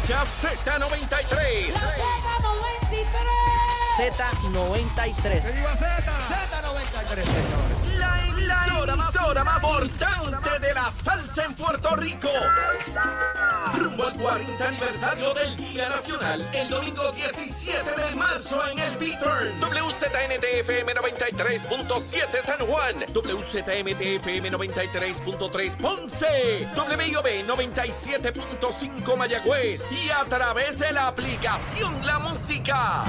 escuchas Z93. Z93. ¡Que viva Z! Z93, señores. La emisora más importante de la salsa en Puerto Rico. Rumbo al 40 aniversario del Día Nacional, el domingo 17 de marzo en el Beaturn. WZNTFM 93.7 San Juan, WZMTFM 93.3 Ponce, WIOB 97.5 Mayagüez y a través de la aplicación La Música.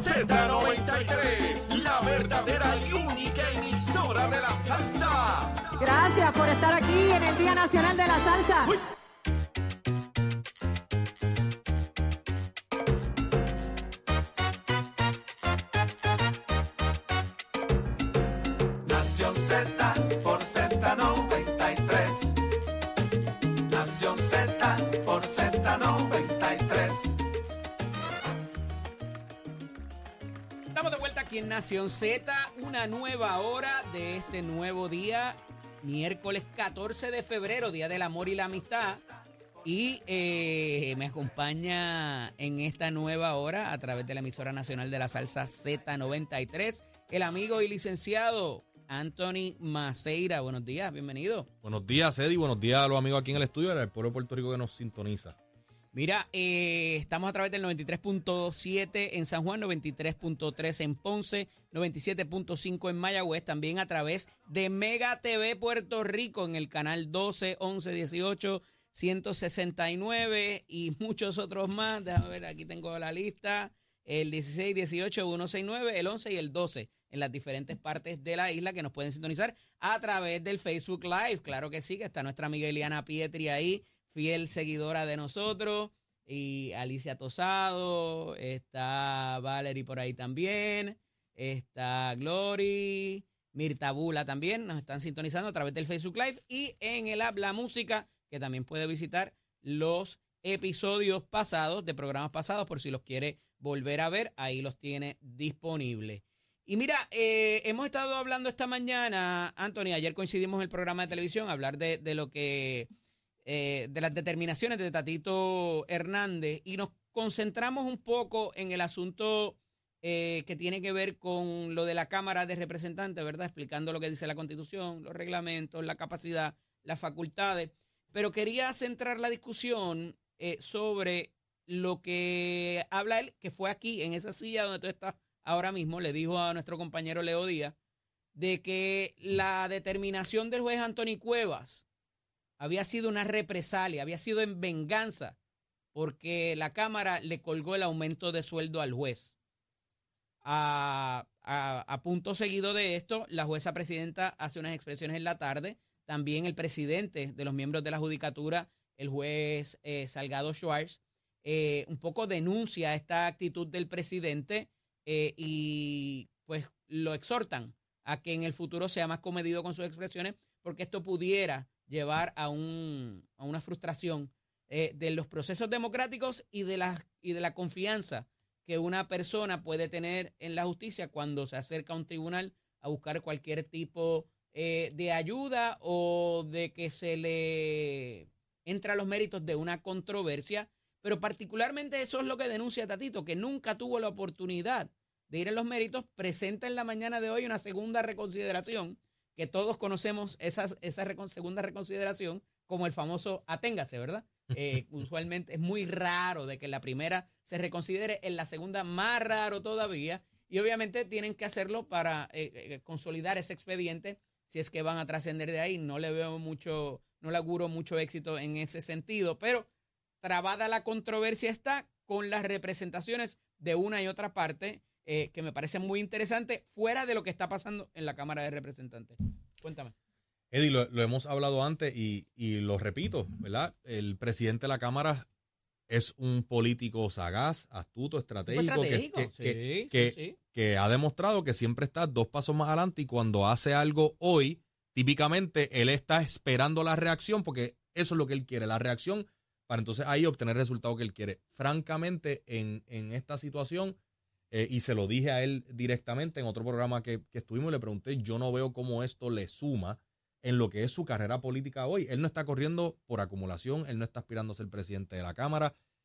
Z93, la verdadera y única emisora de la salsa. Gracias por estar aquí en el Día Nacional de la Salsa. Uy. Nación Z por Z93. Nación Z por Z93. Estamos de vuelta aquí en Nación Z, una nueva hora de este nuevo día, miércoles 14 de febrero, Día del Amor y la Amistad. Y me acompaña en esta nueva hora a través de la emisora nacional de la salsa Z93, el amigo y licenciado Anthony Maceira. Buenos días, bienvenido. Buenos días, Eddie. Buenos días a los amigos aquí en el estudio y al pueblo de Puerto Rico que nos sintoniza. Mira, estamos a través del 93.7 en San Juan, 93.3 en Ponce, 97.5 en Mayagüez, también a través de Mega TV Puerto Rico en el canal 12, 11, 18, 169 y muchos otros más. Déjame ver, aquí tengo la lista. El 16, 18, 169, el 11 y el 12 en las diferentes partes de la isla que nos pueden sintonizar a través del Facebook Live. Claro que sí, que está nuestra amiga Eliana Pietri ahí, fiel seguidora de nosotros, y Alicia Tosado, está Valerie por ahí también, está Glory, Mirta Bula también, nos están sintonizando a través del Facebook Live y en el app La Música, que también puede visitar los episodios pasados, de programas pasados, por si los quiere volver a ver, ahí los tiene disponibles. Y mira, hemos estado hablando esta mañana, Anthony, ayer coincidimos en el programa de televisión, a hablar de lo que... de las determinaciones de Tatito Hernández y nos concentramos un poco en el asunto que tiene que ver con lo de la Cámara de Representantes, ¿verdad? Explicando lo que dice la Constitución, los reglamentos, la capacidad, las facultades, pero quería centrar la discusión sobre lo que habla él, que fue aquí, en esa silla donde tú estás ahora mismo, le dijo a nuestro compañero Leo Díaz, de que la determinación del juez Anthony Cuevas había sido una represalia, había sido en venganza, porque la Cámara le colgó el aumento de sueldo al juez. A punto seguido de esto, la jueza presidenta hace unas expresiones en la tarde, también el presidente de los miembros de la judicatura, el juez Salgado Schwartz, un poco denuncia esta actitud del presidente y pues lo exhortan a que en el futuro sea más comedido con sus expresiones, porque esto pudiera llevar a una frustración de los procesos democráticos y de la confianza que una persona puede tener en la justicia cuando se acerca a un tribunal a buscar cualquier tipo de ayuda o de que se le entra a los méritos de una controversia. Pero particularmente eso es lo que denuncia Tatito, que nunca tuvo la oportunidad de ir en los méritos. Presenta en la mañana de hoy una segunda reconsideración, que todos conocemos esa segunda reconsideración como el famoso aténgase, ¿verdad? Usualmente es muy raro de que en la primera se reconsidere, en la segunda más raro todavía, y obviamente tienen que hacerlo para consolidar ese expediente si es que van a trascender de ahí. No le auguro mucho éxito en ese sentido, pero trabada la controversia está con las representaciones de una y otra parte, que me parece muy interesante, fuera de lo que está pasando en la Cámara de Representantes. Cuéntame. Eddie, lo hemos hablado antes y lo repito, ¿verdad? El presidente de la Cámara es un político sagaz, astuto, estratégico, que ha demostrado que siempre está 2 pasos más adelante, y cuando hace algo hoy, típicamente él está esperando la reacción, porque eso es lo que él quiere, la reacción, para entonces ahí obtener el resultado que él quiere. Francamente, en esta situación, y se lo dije a él directamente en otro programa que estuvimos, le pregunté, yo no veo cómo esto le suma en lo que es su carrera política hoy. Él no está corriendo por acumulación, él no está aspirando a ser presidente de la Cámara.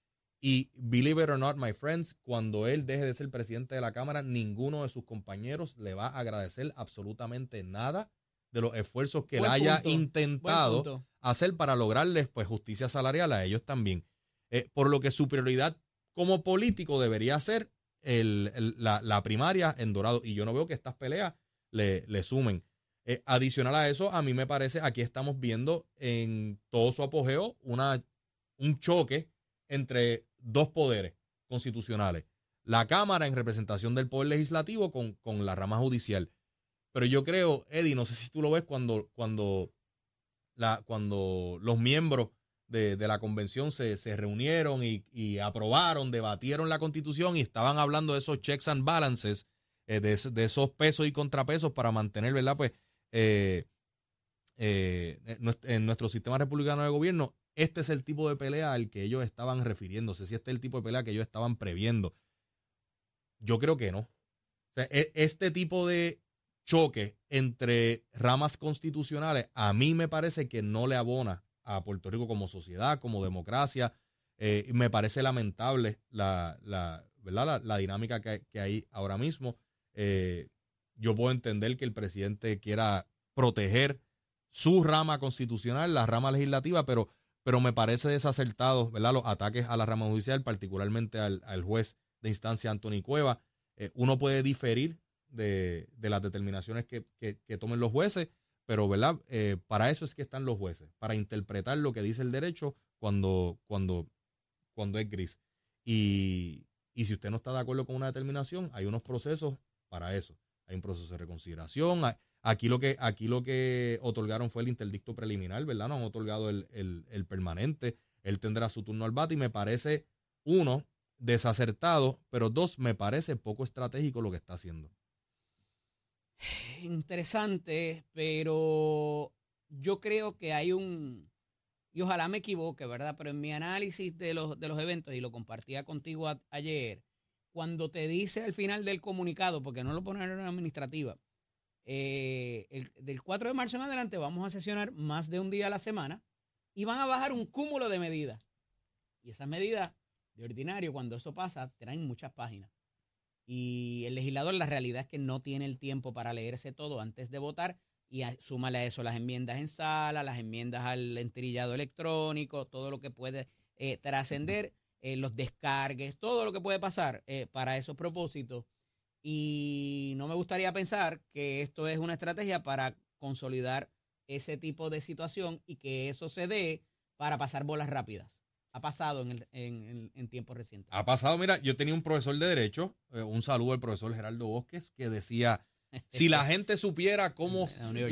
Y believe it or not, my friends, cuando él deje de ser presidente de la Cámara, ninguno de sus compañeros le va a agradecer absolutamente nada de los esfuerzos que él haya intentado hacer para lograrles pues justicia salarial a ellos también. Por lo que su prioridad como político debería ser la primaria en Dorado. Y yo no veo que estas peleas le sumen. Adicional a eso, a mí me parece, aquí estamos viendo en todo su apogeo un choque entre dos poderes constitucionales. La Cámara en representación del Poder Legislativo con la rama judicial. Pero yo creo, Eddie, no sé si tú lo ves cuando los miembros de la convención se reunieron y aprobaron, debatieron la Constitución y estaban hablando de esos checks and balances, de esos pesos y contrapesos para mantener, ¿verdad? Pues en nuestro sistema republicano de gobierno, este es el tipo de pelea al que ellos estaban refiriéndose, si este es el tipo de pelea que ellos estaban previendo. Yo creo que no. O sea, este tipo de choque entre ramas constitucionales a mí me parece que no le abona a Puerto Rico como sociedad, como democracia. Me parece lamentable ¿verdad? la dinámica que hay ahora mismo. Yo puedo entender que el presidente quiera proteger su rama constitucional, la rama legislativa, pero me parece desacertado, ¿verdad? Los ataques a la rama judicial, particularmente al juez de instancia Anthony Cueva. Uno puede diferir de las determinaciones que tomen los jueces, pero ¿verdad? Para eso es que están los jueces, para interpretar lo que dice el derecho cuando es gris. Y si usted no está de acuerdo con una determinación, hay unos procesos para eso. Hay un proceso de reconsideración. Aquí lo que otorgaron fue el interdicto preliminar, ¿verdad? No han otorgado el permanente. Él tendrá su turno al bate y me parece, uno, desacertado, pero dos, me parece poco estratégico lo que está haciendo. Interesante, pero yo creo que hay y ojalá me equivoque, ¿verdad? Pero en mi análisis de los eventos, y lo compartía contigo ayer, cuando te dice al final del comunicado, porque no lo ponen en la administrativa, del 4 de marzo en adelante vamos a sesionar más de un día a la semana y van a bajar un cúmulo de medidas. Y esas medidas, de ordinario, cuando eso pasa, traen muchas páginas. Y el legislador, la realidad es que no tiene el tiempo para leerse todo antes de votar, y súmale a eso las enmiendas en sala, las enmiendas al entrillado electrónico, todo lo que puede trascender, los descargues, todo lo que puede pasar para esos propósitos. Y no me gustaría pensar que esto es una estrategia para consolidar ese tipo de situación y que eso se dé para pasar bolas rápidas. Ha pasado en tiempos recientes. Ha pasado, mira, yo tenía un profesor de Derecho, un saludo al profesor Gerardo Bosques, que decía, si la gente supiera cómo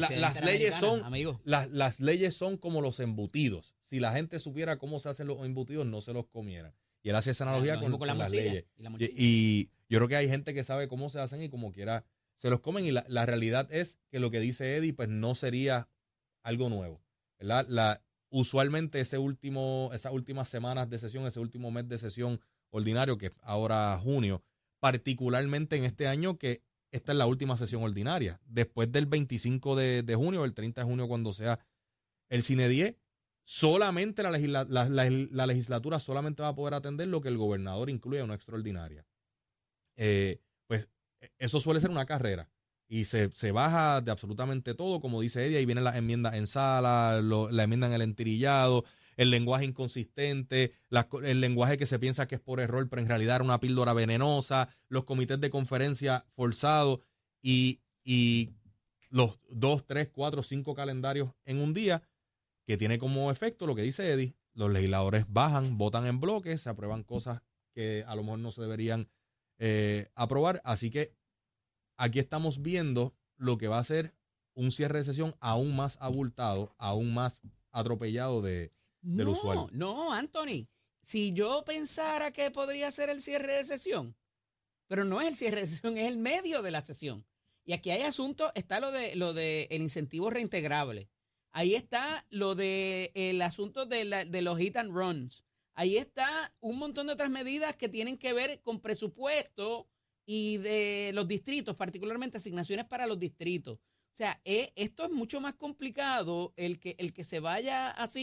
las leyes son como los embutidos. Si la gente supiera cómo se hacen los embutidos, no se los comieran. Y él hacía esa analogía con las leyes. Y yo creo que hay gente que sabe cómo se hacen y como quiera se los comen. Y la realidad es que lo que dice Eddie, pues no sería algo nuevo, ¿verdad? Usualmente esas últimas semanas de sesión, ese último mes de sesión ordinario, que es ahora junio, particularmente en este año que esta es la última sesión ordinaria. Después del 25 de junio, el 30 de junio, cuando sea el Sine Die, solamente la legislatura solamente va a poder atender lo que el gobernador incluya en una extraordinaria. Pues eso suele ser una carrera. Y se baja de absolutamente todo, como dice Eddie, ahí vienen las enmiendas en sala, la enmienda en el entrillado, el lenguaje inconsistente, el lenguaje que se piensa que es por error, pero en realidad era una píldora venenosa, los comités de conferencia forzados y los 2, 3, 4, 5 calendarios en un día, que tiene como efecto lo que dice Eddie, los legisladores bajan, votan en bloque, se aprueban cosas que a lo mejor no se deberían aprobar, así que aquí estamos viendo lo que va a ser un cierre de sesión aún más abultado, aún más atropellado del usual. No, Anthony, si yo pensara que podría ser el cierre de sesión, pero no es el cierre de sesión, es el medio de la sesión. Y aquí hay asuntos, está lo de el incentivo reintegrable. Ahí está lo de el asunto de los hit and runs. Ahí está un montón de otras medidas que tienen que ver con presupuesto y de los distritos, particularmente asignaciones para los distritos. O sea, esto es mucho más complicado el que se vaya así.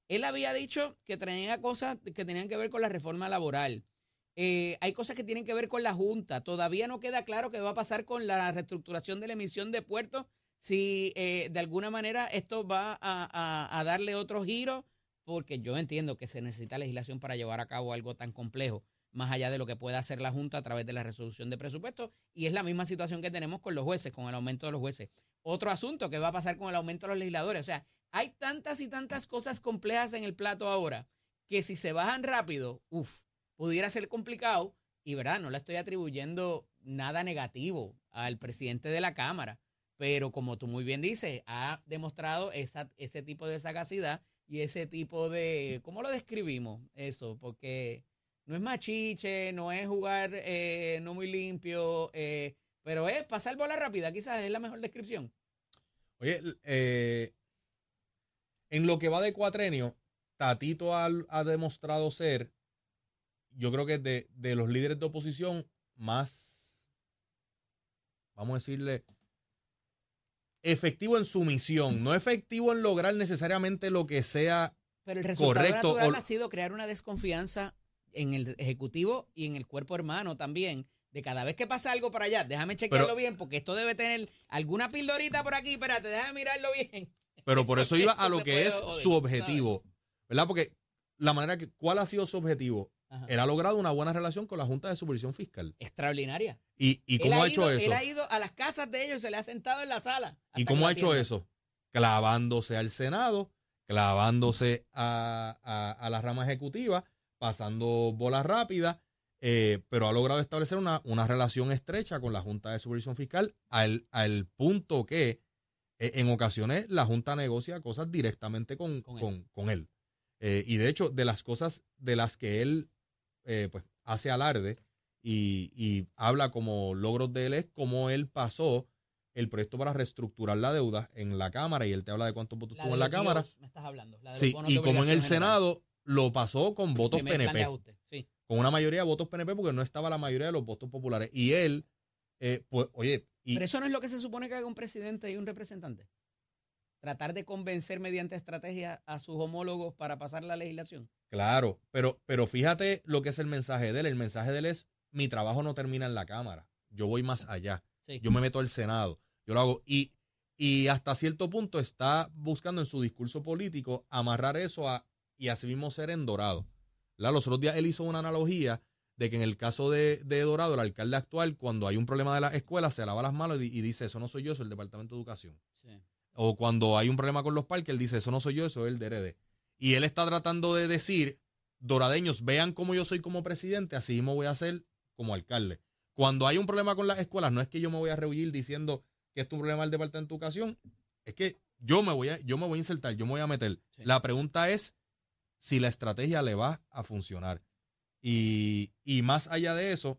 Él había dicho que traía cosas que tenían que ver con la reforma laboral. Hay cosas que tienen que ver con la Junta. Todavía no queda claro qué va a pasar con la reestructuración de la emisión de puertos, si de alguna manera esto va a darle otro giro, porque yo entiendo que se necesita legislación para llevar a cabo algo tan complejo, más allá de lo que pueda hacer la Junta a través de la resolución de presupuestos, y es la misma situación que tenemos con los jueces, con el aumento de los jueces. Otro asunto, ¿qué va a pasar con el aumento de los legisladores? O sea, hay tantas y tantas cosas complejas en el plato ahora, que si se bajan rápido, pudiera ser complicado, y verdad, no le estoy atribuyendo nada negativo al presidente de la Cámara, pero como tú muy bien dices, ha demostrado ese tipo de sagacidad y ese tipo de, ¿cómo lo describimos eso? Porque no es machiche, no es jugar no muy limpio, pero es pasar bola rápida, quizás es la mejor descripción. Oye, en lo que va de cuatrenio, Tatito ha demostrado ser, yo creo que de los líderes de oposición más, vamos a decirle, efectivo en su misión, no efectivo en lograr necesariamente lo que sea pero el resultado correcto. Natural ha sido crear una desconfianza en el Ejecutivo y en el cuerpo hermano también, de cada vez que pasa algo por allá, déjame chequearlo bien, porque esto debe tener alguna pildorita por aquí, espérate, déjame mirarlo bien. Pero por eso iba a lo que es joder, su objetivo, ¿sabes? ¿verdad? Porque la manera ¿cuál ha sido su objetivo? Ajá. Él ha logrado una buena relación con la Junta de Supervisión Fiscal. Extraordinaria. ¿Y cómo ha hecho eso? Él ha ido a las casas de ellos, se le ha sentado en la sala. ¿Y cómo ha hecho eso? Clavándose al Senado, clavándose a la rama ejecutiva, pasando bolas rápidas, pero ha logrado establecer una relación estrecha con la Junta de Supervisión Fiscal al punto que en ocasiones la Junta negocia cosas directamente con él. Y de hecho, de las cosas de las que él pues hace alarde y habla como logros de él es cómo él pasó el proyecto para reestructurar la deuda en la Cámara, y él te habla de cuántos votos tuvo en la Cámara. Me estás hablando. Sí, y como en el Senado lo pasó con votos PNP. Sí. Con una mayoría de votos PNP porque no estaba la mayoría de los votos populares. Y él, pues, oye... Pero eso no es lo que se supone que haga un presidente y un representante. Tratar de convencer mediante estrategia a sus homólogos para pasar la legislación. Claro, pero fíjate lo que es el mensaje de él. El mensaje de él es: mi trabajo no termina en la Cámara. Yo voy más allá. Sí. Yo me meto al Senado. Yo lo hago. Y hasta cierto punto está buscando en su discurso político amarrar eso y así mismo ser en Dorado. Los otros días él hizo una analogía de que en el caso de Dorado, el alcalde actual, cuando hay un problema de la escuela, se lava las manos y dice: eso no soy yo, eso es el Departamento de Educación. Sí. O cuando hay un problema con los parques, él dice: eso no soy yo, eso es el DRD. Y él está tratando de decir: doradeños, vean cómo yo soy como presidente, así mismo voy a ser como alcalde. Cuando hay un problema con las escuelas, no es que yo me voy a rehuir diciendo que esto es un problema del Departamento de Educación, es que yo me voy a insertar, yo me voy a meter. Sí. La pregunta es si la estrategia le va a funcionar. Y más allá de eso,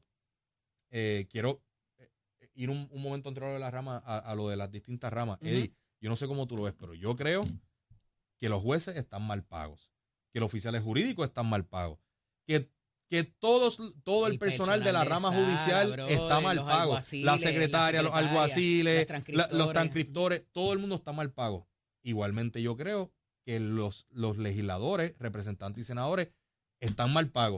quiero ir un momento entre lo de la rama a lo de las distintas ramas. Uh-huh. Eddie, yo no sé cómo tú lo ves, pero yo creo que los jueces están mal pagos, que los oficiales jurídicos están mal pagos, que todo el personal de la rama judicial está mal pago. La secretaria, los alguaciles, los transcriptores, todo el mundo está mal pago. Igualmente yo creo que los legisladores, representantes y senadores están mal pagos.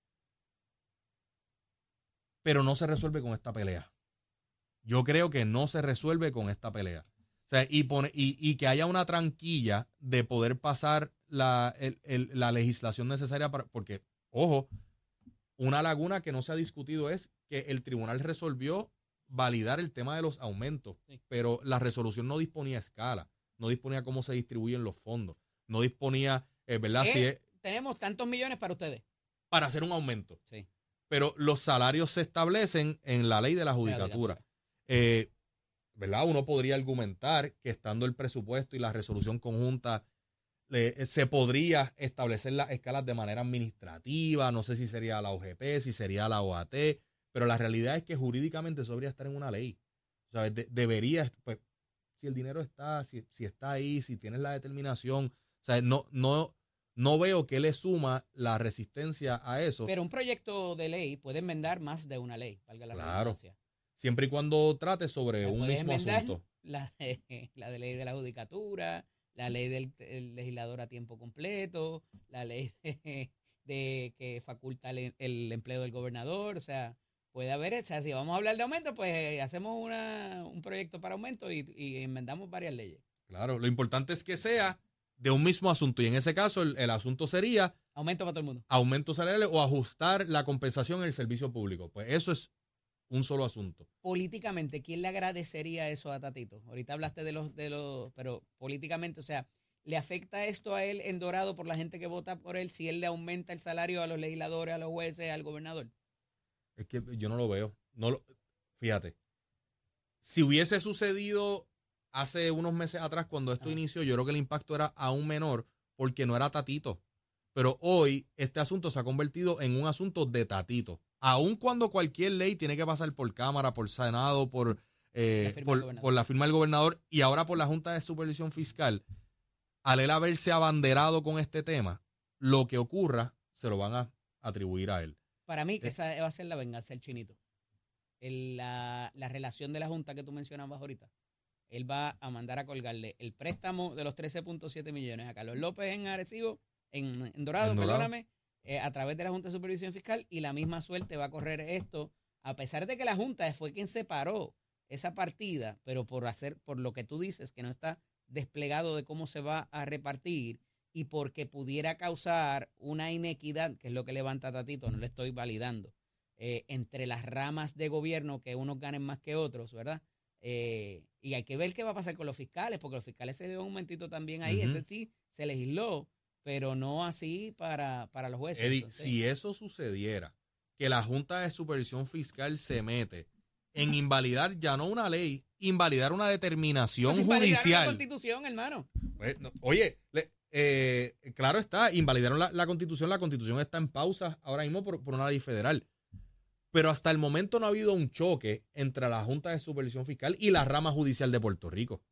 Pero no se resuelve con esta pelea. Yo creo que no se resuelve con esta pelea. O sea, y que haya una tranquilla de poder pasar la legislación necesaria porque, ojo, una laguna que no se ha discutido es que el tribunal resolvió validar el tema de los aumentos, sí, pero la resolución no disponía escala, no disponía cómo se distribuyen los fondos, no disponía, ¿verdad? Tenemos tantos millones para ustedes. Para hacer un aumento. Sí. Pero los salarios se establecen en la ley de la judicatura. ¿Verdad? Uno podría argumentar que estando el presupuesto y la resolución conjunta se podría establecer las escalas de manera administrativa, no sé si sería la OGP, si sería la OAT, pero la realidad es que jurídicamente eso debería estar en una ley. ¿Sabes? Debería, pues, si el dinero está, si está ahí, si tienes la determinación, ¿sabes? No veo que le suma la resistencia a eso. Pero un proyecto de ley puede enmendar más de una ley, valga la redundancia. Siempre y cuando trate sobre un mismo asunto. La de ley de la judicatura, la ley del el legislador a tiempo completo, la ley de que faculta el empleo del gobernador, o sea, puede haber, o sea, si vamos a hablar de aumento, pues hacemos un proyecto para aumento y enmendamos varias leyes. Claro, lo importante es que sea de un mismo asunto y en ese caso el asunto sería aumento para todo el mundo. Aumento salarial o ajustar la compensación en el servicio público. Pues eso es un solo asunto. Políticamente, ¿quién le agradecería eso a Tatito? Ahorita hablaste de los, pero políticamente, o sea, ¿le afecta esto a él en Dorado por la gente que vota por él si él le aumenta el salario a los legisladores, a los jueces, al gobernador? Es que yo no lo veo. Fíjate, si hubiese sucedido hace unos meses atrás cuando esto inició, yo creo que el impacto era aún menor porque no era Tatito. Pero hoy este asunto se ha convertido en un asunto de Tatito. Aun cuando cualquier ley tiene que pasar por Cámara, por Senado, por la firma del gobernador y ahora por la Junta de Supervisión Fiscal, al él haberse abanderado con este tema, lo que ocurra se lo van a atribuir a él. Para mí, que esa va a ser la venganza del Chinito. La relación de la Junta que tú mencionabas ahorita. Él va a mandar a colgarle el préstamo de los 13.7 millones a Carlos López en Arecibo, en Dorado, perdóname, a través de la Junta de Supervisión Fiscal, y la misma suerte va a correr esto, a pesar de que la Junta fue quien separó esa partida, pero por lo que tú dices, que no está desplegado de cómo se va a repartir y porque pudiera causar una inequidad, que es lo que levanta Tatito, no le estoy validando, entre las ramas de gobierno, que unos ganen más que otros, ¿verdad? Y hay que ver qué va a pasar con los fiscales, porque los fiscales se dio un momentito también ahí, ese sí se legisló, pero no así para los jueces. Eddie, si eso sucediera, que la Junta de Supervisión Fiscal se mete en invalidar ya no una ley, invalidar una determinación judicial. La Constitución, hermano. Pues, no, oye, claro está, invalidaron la Constitución está en pausa ahora mismo por una ley federal. Pero hasta el momento no ha habido un choque entre la Junta de Supervisión Fiscal y la rama judicial de Puerto Rico.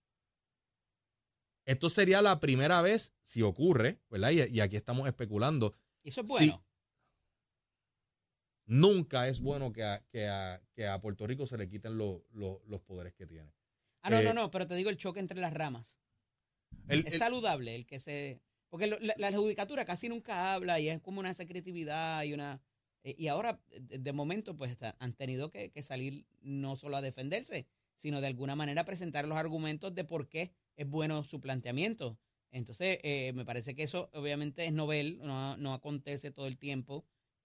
Esto sería la primera vez, si ocurre, ¿verdad? Y aquí estamos especulando. ¿Y eso es bueno? Si, nunca es bueno que a Puerto Rico se le quiten los poderes que tiene. No, pero te digo el choque entre las ramas. Es saludable el que se... Porque la judicatura casi nunca habla y es como una secretividad y una... Y ahora, de momento, pues han tenido que salir no solo a defenderse, sino de alguna manera presentar los argumentos de por qué es bueno su planteamiento. Entonces, me parece que eso obviamente es novel, no acontece todo el tiempo,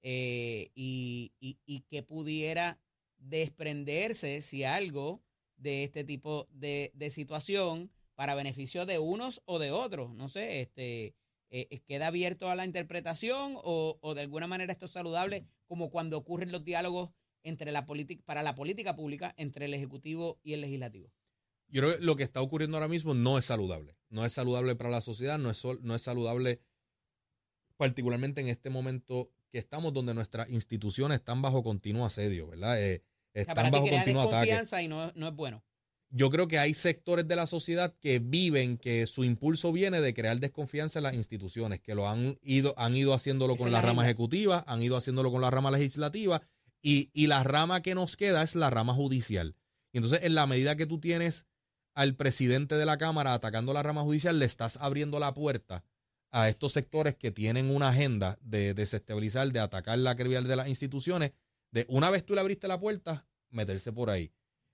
y que pudiera desprenderse, si algo, de este tipo de situación para beneficio de unos o de otros. No sé, ¿queda abierto a la interpretación o de alguna manera esto es saludable, como cuando ocurren los diálogos entre para la política pública entre el Ejecutivo y el Legislativo? Yo creo que lo que está ocurriendo ahora mismo no es saludable. No es saludable para la sociedad, no es saludable particularmente en este momento que estamos, donde nuestras instituciones están bajo continuo asedio, ¿verdad? Están bajo continuo ataque. Y no es bueno. Yo creo que hay sectores de la sociedad que viven que su impulso viene de crear desconfianza en las instituciones, que lo han ido haciéndolo con la rama ejecutiva, han ido haciéndolo con la rama legislativa, y la rama que nos queda es la rama judicial. Y entonces, en la medida que tú tienes al presidente de la Cámara atacando la rama judicial, le estás abriendo la puerta a estos sectores que tienen una agenda de desestabilizar, de atacar la credibilidad de las instituciones, de una vez tú le abriste la puerta, meterse por ahí.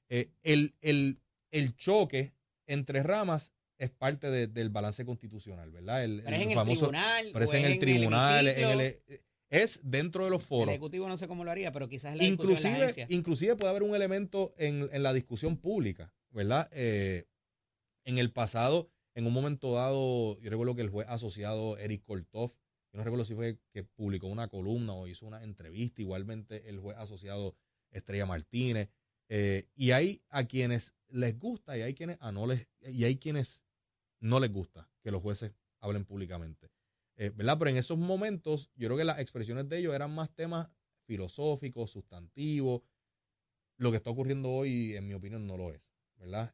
El choque entre ramas es parte del balance constitucional, ¿verdad? Pero es en el tribunal. Pero es en el tribunal, es dentro de los foros. El Ejecutivo no sé cómo lo haría, pero quizás la discusión de la agencia. Inclusive puede haber un elemento en la discusión pública, ¿verdad? En el pasado, en un momento dado, yo recuerdo que el juez asociado Eric Korthoff, yo no recuerdo si fue que publicó una columna o hizo una entrevista, igualmente el juez asociado Estrella Martínez, y hay a quienes les gusta y hay quienes no les gusta que los jueces hablen públicamente, ¿verdad? Pero en esos momentos yo creo que las expresiones de ellos eran más temas filosóficos, sustantivos. Lo que está ocurriendo hoy, en mi opinión, no lo es, ¿verdad?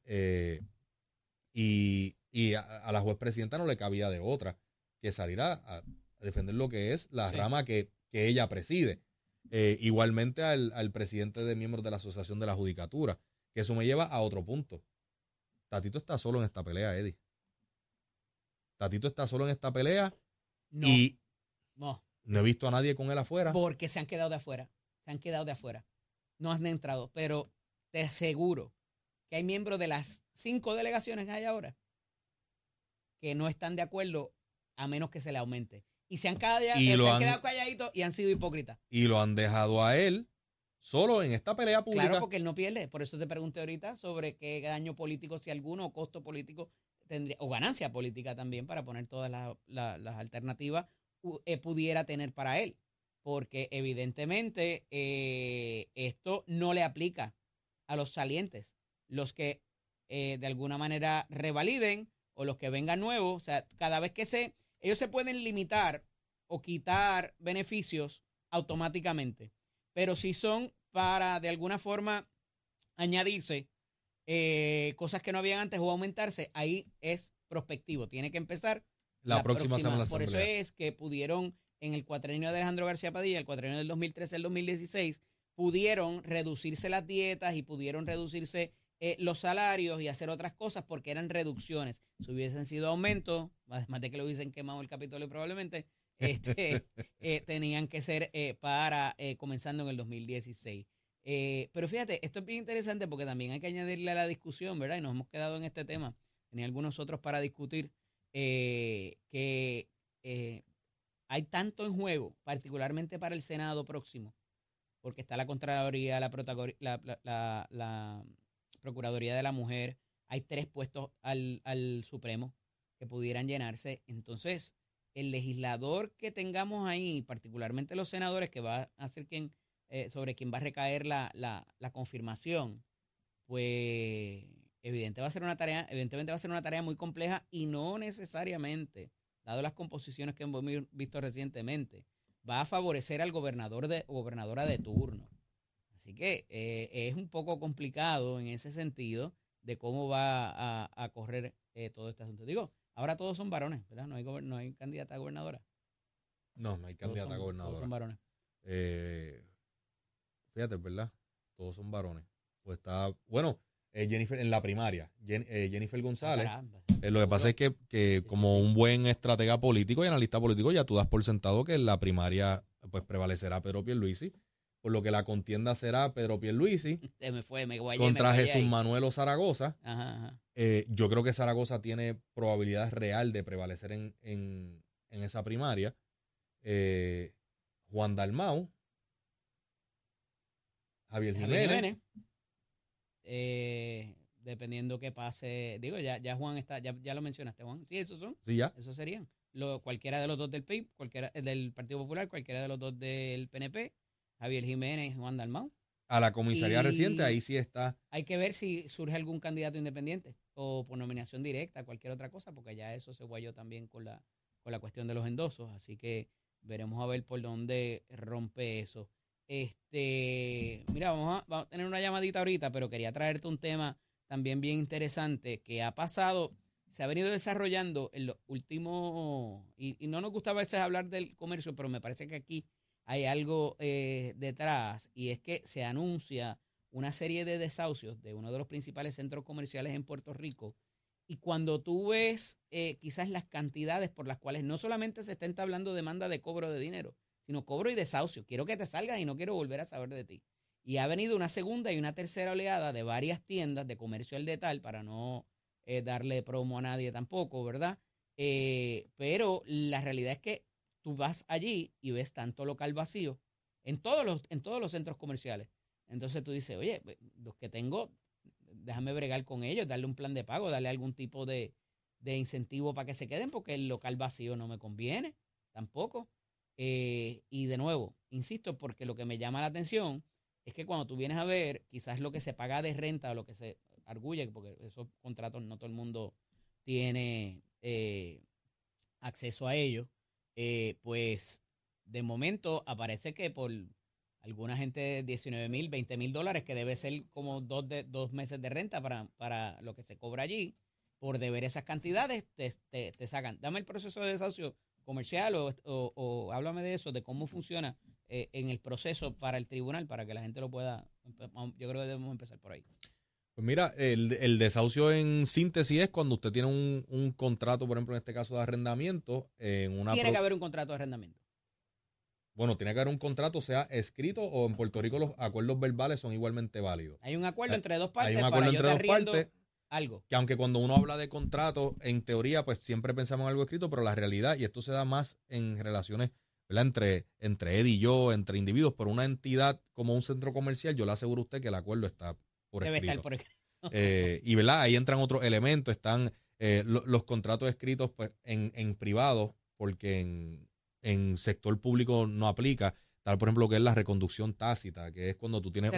Y a la juez presidenta no le cabía de otra que salir a defender lo que es la rama que ella preside. Igualmente al presidente de miembros de la Asociación de la Judicatura, que eso me lleva a otro punto. Tatito está solo en esta pelea, Eddie. Tatito está solo en esta pelea No, y no, no he visto a nadie con él afuera. porque se han quedado de afuera. Se han quedado de afuera. No han entrado, pero te aseguro que hay miembros de las 5 delegaciones que hay ahora que no están de acuerdo a menos que se le aumente. Y se han quedado calladitos y han sido hipócritas. Y lo han dejado a él solo en esta pelea pública. Claro, porque él no pierde. Por eso te pregunté ahorita sobre qué daño político, si alguno, o costo político tendría, o ganancia política también, para poner todas las alternativas, pudiera tener para él. Porque evidentemente esto no le aplica a los salientes. Los que de alguna manera revaliden o los que vengan nuevos. O sea, cada vez que ellos se pueden limitar o quitar beneficios automáticamente. Pero si son para de alguna forma añadirse cosas que no habían antes o aumentarse, ahí es prospectivo. Tiene que empezar la próxima semana. Por eso es que pudieron, en el cuatrienio de Alejandro García Padilla, el cuatrienio del 2013 al 2016, pudieron reducirse las dietas y pudieron reducirse los salarios y hacer otras cosas porque eran reducciones. Si hubiesen sido aumentos, además de que lo hubiesen quemado el Capitolio probablemente, tenían que ser para comenzando en el 2016. Pero fíjate, esto es bien interesante porque también hay que añadirle a la discusión, ¿verdad? Y nos hemos quedado en este tema. Tenía algunos otros para discutir que hay tanto en juego, particularmente para el Senado próximo, porque está la Contraloría, la Procuraduría de la Mujer, hay 3 puestos al Supremo que pudieran llenarse. Entonces, el legislador que tengamos ahí, particularmente los senadores, que va a ser sobre quien va a recaer la confirmación, pues evidentemente va a ser una tarea muy compleja y no necesariamente, dado las composiciones que hemos visto recientemente, va a favorecer al gobernador o gobernadora de turno. Así que es un poco complicado en ese sentido de cómo va a correr todo este asunto. Digo, ahora todos son varones, ¿verdad? No hay candidata a gobernadora. No hay candidata a gobernadora. Todos son varones. Fíjate, ¿verdad? Todos son varones. Pues está, bueno, Jennifer en la primaria, Jennifer González. Lo que pasa es que como un buen estratega político y analista político, ya tú das por sentado que en la primaria pues prevalecerá Pedro Pierluisi, por lo que la contienda será Pedro Pierluisi contra Jesús Manuel o Zaragoza. Ajá. Yo creo que Zaragoza tiene probabilidad real de prevalecer en esa primaria. Juan Dalmau, Javier Jiménez. Dependiendo que pase, digo, ya Juan está, ya lo mencionaste, Juan. Sí, esos son. Sí, ya. Esos serían. Cualquiera de los 2 del PIB, cualquiera del Partido Popular, cualquiera de los 2 del PNP, Javier Jiménez y Juan Dalmau. A la comisaría reciente, ahí sí está. Hay que ver si surge algún candidato independiente o por nominación directa, cualquier otra cosa, porque ya eso se guayó también con la cuestión de los endosos. Así que veremos a ver por dónde rompe eso. Mira, vamos a tener una llamadita ahorita, pero quería traerte un tema también bien interesante que ha pasado, se ha venido desarrollando en los últimos, y no nos gusta a veces hablar del comercio, pero me parece que aquí hay algo detrás, y es que se anuncia una serie de desahucios de uno de los principales centros comerciales en Puerto Rico, y cuando tú ves quizás las cantidades por las cuales no solamente se está entablando demanda de cobro de dinero, sino cobro y desahucio. Quiero que te salgas y no quiero volver a saber de ti. Y ha venido una segunda y una tercera oleada de varias tiendas de comercio al detalle, para no darle promo a nadie tampoco, ¿verdad? Pero la realidad es que tú vas allí y ves tanto local vacío en todos los centros comerciales. Entonces tú dices, oye, los que tengo, déjame bregar con ellos, darle un plan de pago, darle algún tipo de incentivo para que se queden, porque el local vacío no me conviene tampoco. Y de nuevo, insisto, porque lo que me llama la atención es que cuando tú vienes a ver quizás lo que se paga de renta o lo que se arguye, porque esos contratos no todo el mundo tiene acceso a ellos, pues de momento aparece que por alguna gente $19,000, $20,000, que debe ser como 2 meses de renta para lo que se cobra allí, por deber esas cantidades te sacan. Dame el proceso de desahucio comercial o háblame de eso, de cómo funciona en el proceso para el tribunal, para que la gente lo pueda. Yo creo que debemos empezar por ahí. Pues mira, el desahucio en síntesis es cuando usted tiene un contrato, por ejemplo, en este caso de arrendamiento. Tiene que haber un contrato de arrendamiento. Bueno, tiene que haber un contrato, sea escrito o en Puerto Rico los acuerdos verbales son igualmente válidos. Hay un acuerdo entre dos partes. Hay un acuerdo entre dos partes. Algo. Que aunque cuando uno habla de contrato, en teoría, pues siempre pensamos en algo escrito, pero la realidad, y esto se da más en relaciones, ¿verdad? Entre Eddie y yo, entre individuos, por una entidad como un centro comercial, yo le aseguro a usted que el acuerdo está por escrito. Debe estar por escrito. Y ¿verdad? Ahí entran otros elementos, están los contratos escritos pues en privado, porque en sector público no aplica. Tal, por ejemplo, lo que es la reconducción tácita, que es cuando tú tienes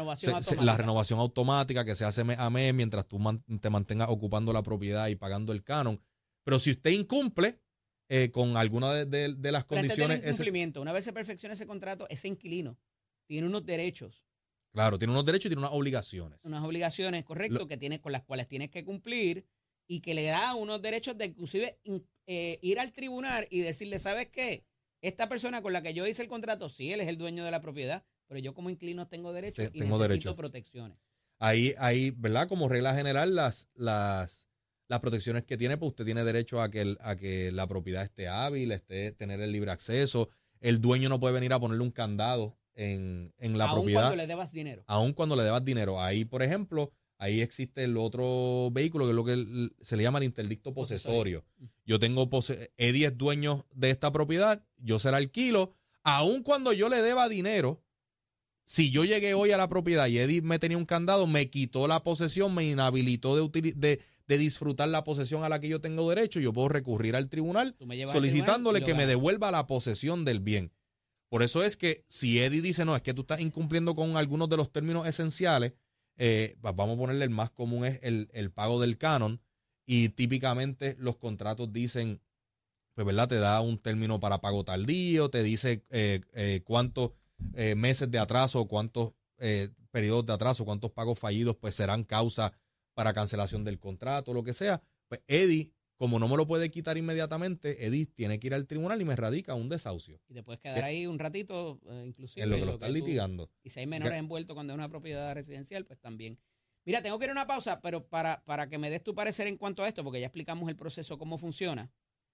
la renovación automática que se hace mes a mes mientras tú te mantengas ocupando la propiedad y pagando el canon. Pero si usted incumple con alguna de las condiciones... Incumplimiento. Una vez se perfecciona ese contrato, ese inquilino tiene unos derechos. Claro, tiene unos derechos y tiene unas obligaciones. Unas obligaciones, correcto, con las cuales tienes que cumplir y que le da unos derechos de inclusive ir al tribunal y decirle, ¿sabes qué? Esta persona con la que yo hice el contrato, sí, él es el dueño de la propiedad, pero yo como inquilino tengo derechos y necesito protecciones. Ahí, ¿verdad? Como regla general, las protecciones que tiene, pues usted tiene derecho a que la propiedad esté hábil, tener el libre acceso. El dueño no puede venir a ponerle un candado en la propiedad. Aún cuando le debas dinero. Aún cuando le debas dinero. Ahí, por ejemplo, ahí existe el otro vehículo, que es lo que se le llama el interdicto posesorio. Yo tengo Eddie es dueño de esta propiedad, yo se la alquilo, aun cuando yo le deba dinero. Si yo llegué hoy a la propiedad y Eddie me tenía un candado, me quitó la posesión, me inhabilitó de disfrutar la posesión a la que yo tengo derecho, yo puedo recurrir al tribunal solicitándole que me devuelva la posesión del bien. Por eso es que si Eddie dice, no, es que tú estás incumpliendo con algunos de los términos esenciales, vamos a ponerle el más común es el pago del canon, y típicamente los contratos dicen, pues verdad, te da un término para pago tardío, te dice cuántos meses de atraso, cuántos periodos de atraso, cuántos pagos fallidos pues serán causa para cancelación del contrato, lo que sea. Pues Eddie, como no me lo puede quitar inmediatamente, Eddie tiene que ir al tribunal y me radica un desahucio. Y te puedes quedar ahí un ratito, inclusive. En lo que lo están litigando. Y si hay menores envueltos cuando es una propiedad residencial, pues también. Mira, tengo que ir a una pausa, pero para que me des tu parecer en cuanto a esto, porque ya explicamos el proceso, cómo funciona.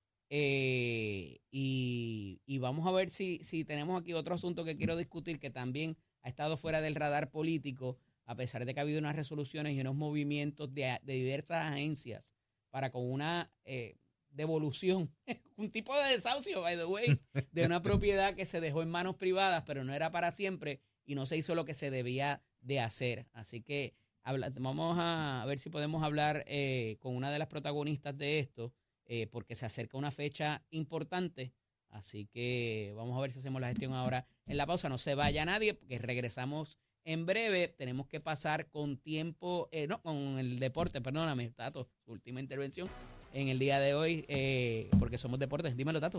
Y vamos a ver si tenemos aquí otro asunto que quiero discutir, que también ha estado fuera del radar político, a pesar de que ha habido unas resoluciones y unos movimientos de diversas agencias para con una devolución, un tipo de desahucio, by the way, de una propiedad que se dejó en manos privadas, pero no era para siempre y no se hizo lo que se debía de hacer. Así que vamos a ver si podemos hablar con una de las protagonistas de esto, porque se acerca una fecha importante. Así que vamos a ver si hacemos la gestión ahora en la pausa. No se vaya nadie, porque regresamos en breve. Tenemos que pasar con tiempo, con el deporte, perdóname, Tato, su última intervención en el día de hoy, porque somos deportes. Dímelo, Tato.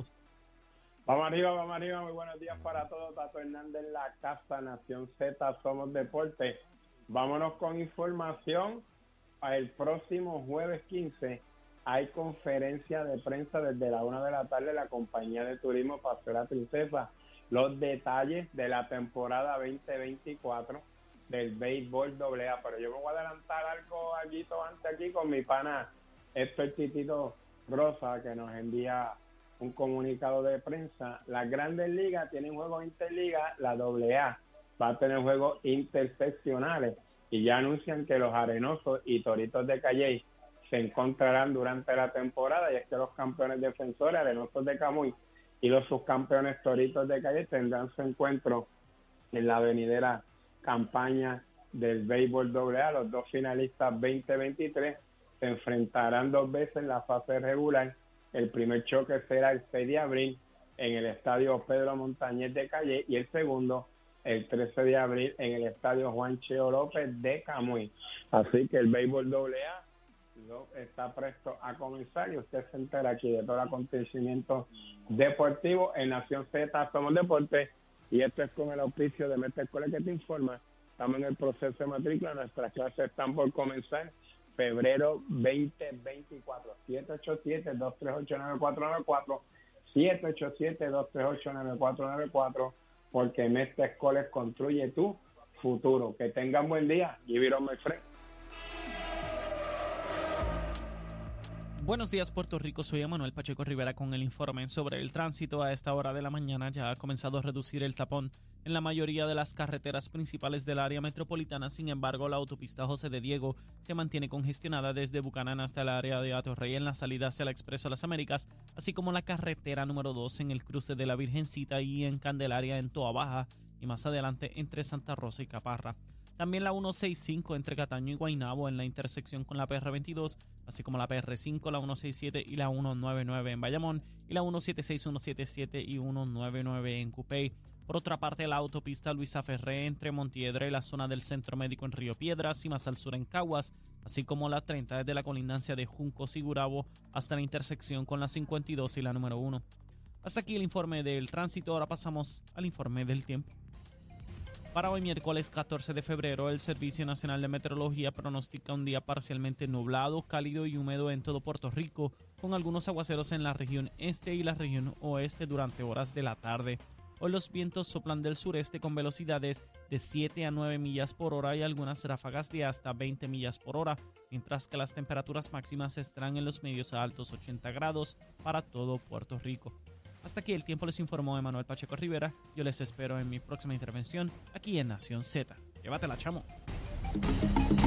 Vamos arriba, muy buenos días para todos. Tato Hernández en la casa, Nación Z, somos deportes. Vámonos con información. El próximo jueves 15 hay conferencia de prensa desde la 1 de la tarde de la compañía de turismo Paseo La Princesa. Los detalles de la temporada 2024 del béisbol AA. Pero yo me voy a adelantar algo antes aquí con mi pana Héctor Titito Rosa, que nos envía un comunicado de prensa. Las Grandes Ligas tienen juegos interliga, la AA va a tener juegos interseccionales y ya anuncian que los Arenosos y Toritos de Calley se encontrarán durante la temporada, y es que los campeones defensores, Arenosos de Camuy, y los subcampeones Toritos de Calley tendrán su encuentro en la venidera campaña del béisbol AA. Los dos finalistas 2023 se enfrentarán 2 veces en la fase regular. El primer choque será el 6 de abril en el estadio Pedro Montañez de Calley, y el segundo el 13 de abril en el estadio Juan Cheo López de Camuy. Así que el béisbol AA está presto a comenzar, y usted se entera aquí de todo el acontecimiento deportivo en Nación Z, somos deportes, y esto es con el auspicio de Mestre Escuela que te informa. Estamos en el proceso de matrícula, nuestras clases están por comenzar febrero 2024. 787-238-9494, 787-238-9494, porque Mestre Escuela construye tu futuro. Que tengan buen día. Give it on, my friend. Buenos días, Puerto Rico. Soy Emanuel Pacheco Rivera con el informe sobre el tránsito. A esta hora de la mañana ya ha comenzado a reducir el tapón en la mayoría de las carreteras principales del área metropolitana. Sin embargo, la autopista José de Diego se mantiene congestionada desde Bucanán hasta el área de Atorrey en la salida hacia el Expreso Las Américas, así como la carretera número 2 en el cruce de la Virgencita y en Candelaria en Toa Baja y más adelante entre Santa Rosa y Caparra. También la 165 entre Cataño y Guaynabo en la intersección con la PR22, así como la PR5, la 167 y la 199 en Bayamón, y la 176, 177 y 199 en Cupey. Por otra parte, la autopista Luisa Ferré entre Montiedra y la zona del Centro Médico en Río Piedras y más al sur en Caguas, así como la 30 desde la colindancia de Juncos y Gurabo hasta la intersección con la 52 y la número 1. Hasta aquí el informe del tránsito. Ahora pasamos al informe del tiempo. Para hoy miércoles 14 de febrero, el Servicio Nacional de Meteorología pronostica un día parcialmente nublado, cálido y húmedo en todo Puerto Rico, con algunos aguaceros en la región este y la región oeste durante horas de la tarde. Hoy los vientos soplan del sureste con velocidades de 7 a 9 millas por hora y algunas ráfagas de hasta 20 millas por hora, mientras que las temperaturas máximas estarán en los medios a altos 80 grados para todo Puerto Rico. Hasta aquí el tiempo, les informó Emanuel Pacheco Rivera. Yo les espero en mi próxima intervención aquí en Nación Z. Llévatela, chamo.